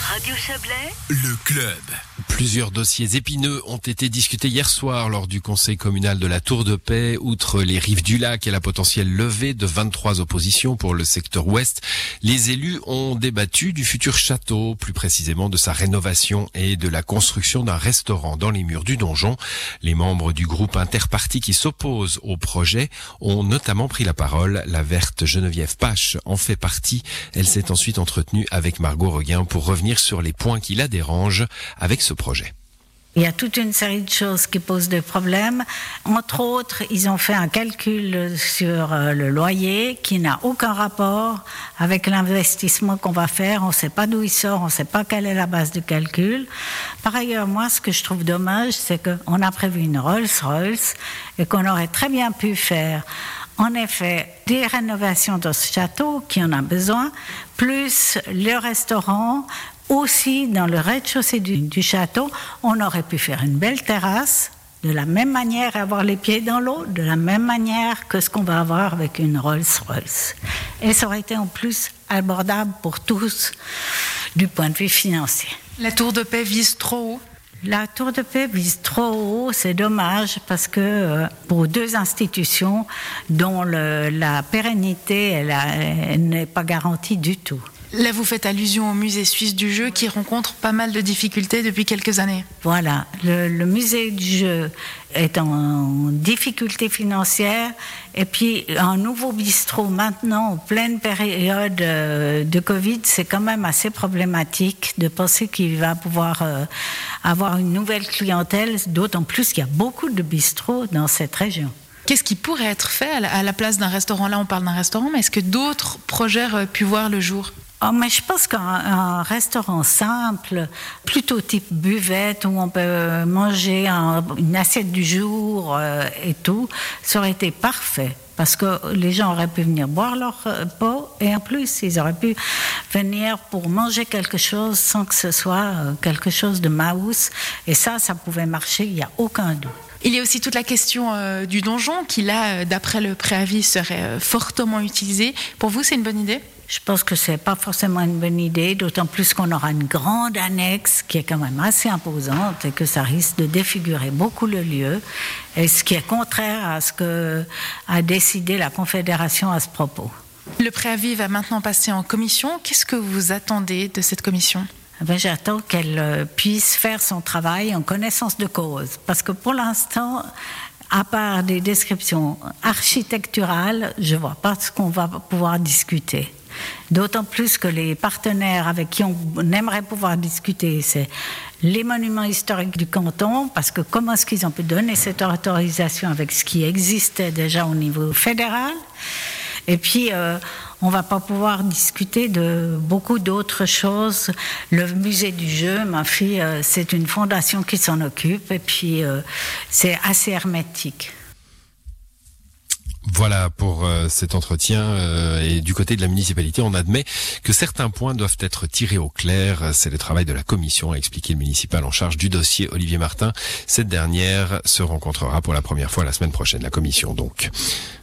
Radio Chablais, le club. Plusieurs dossiers épineux ont été discutés hier soir lors du conseil communal de la Tour de Paix. Outre les rives du lac et la potentielle levée de 23 oppositions pour le secteur ouest, les élus ont débattu du futur château, plus précisément de sa rénovation et de la construction d'un restaurant dans les murs du donjon. Les membres du groupe interparti qui s'oppose au projet ont notamment pris la parole. La verte Geneviève Pache en fait partie. Elle s'est ensuite entretenue avec Margot Reguin pour revenir sur les points qui la dérangent avec ce projet. Il y a toute une série de choses qui posent des problèmes. Entre autres, ils ont fait un calcul sur le loyer qui n'a aucun rapport avec l'investissement qu'on va faire. On ne sait pas d'où il sort, on ne sait pas quelle est la base de calcul. Par ailleurs, moi, ce que je trouve dommage, c'est qu'on a prévu une Rolls-Royce et qu'on aurait très bien pu faire, en effet, des rénovations de ce château qui en a besoin, plus le restaurant. Aussi, dans le rez-de-chaussée du château, on aurait pu faire une belle terrasse, de la même manière avoir les pieds dans l'eau, de la même manière que ce qu'on va avoir avec une Rolls-Royce. Et ça aurait été en plus abordable pour tous du point de vue financier. La Tour de Paix vise trop haut ? La Tour de Paix vise trop haut, c'est dommage parce que pour deux institutions dont la pérennité elle n'est pas garantie du tout. Là, vous faites allusion au musée suisse du jeu qui rencontre pas mal de difficultés depuis quelques années. Voilà, le musée du jeu est en difficulté financière et puis un nouveau bistrot maintenant en pleine période de Covid, c'est quand même assez problématique de penser qu'il va pouvoir avoir une nouvelle clientèle, d'autant plus qu'il y a beaucoup de bistrots dans cette région. Qu'est-ce qui pourrait être fait à la place d'un restaurant ? Là, on parle d'un restaurant, mais est-ce que d'autres projets auraient pu voir le jour ? Oh, mais je pense qu'un restaurant simple, plutôt type buvette, où on peut manger une assiette du jour et tout, ça aurait été parfait. Parce que les gens auraient pu venir boire leur pot et en plus, ils auraient pu venir pour manger quelque chose sans que ce soit quelque chose de mouse. Et ça pouvait marcher, il n'y a aucun doute. Il y a aussi toute la question du donjon qui, là, d'après le préavis, serait fortement utilisé. Pour vous, c'est une bonne idée ? Je pense que c'est pas forcément une bonne idée, d'autant plus qu'on aura une grande annexe qui est quand même assez imposante et que ça risque de défigurer beaucoup le lieu, et ce qui est contraire à ce que a décidé la Confédération à ce propos. Le préavis va maintenant passer en commission. Qu'est-ce que vous attendez de cette commission ? J'attends qu'elle puisse faire son travail en connaissance de cause, parce que pour l'instant, à part des descriptions architecturales, je ne vois pas ce qu'on va pouvoir discuter. D'autant plus que les partenaires avec qui on aimerait pouvoir discuter, c'est les monuments historiques du canton, parce que comment est-ce qu'ils ont pu donner cette autorisation avec ce qui existait déjà au niveau fédéral ? Et puis, on ne va pas pouvoir discuter de beaucoup d'autres choses. Le musée du jeu, ma fille, c'est une fondation qui s'en occupe, et puis c'est assez hermétique. Voilà pour cet entretien. Et du côté de la municipalité, on admet que certains points doivent être tirés au clair. C'est le travail de la commission, a expliqué le municipal en charge du dossier, Olivier Martin. Cette dernière se rencontrera pour la première fois la semaine prochaine, la commission donc.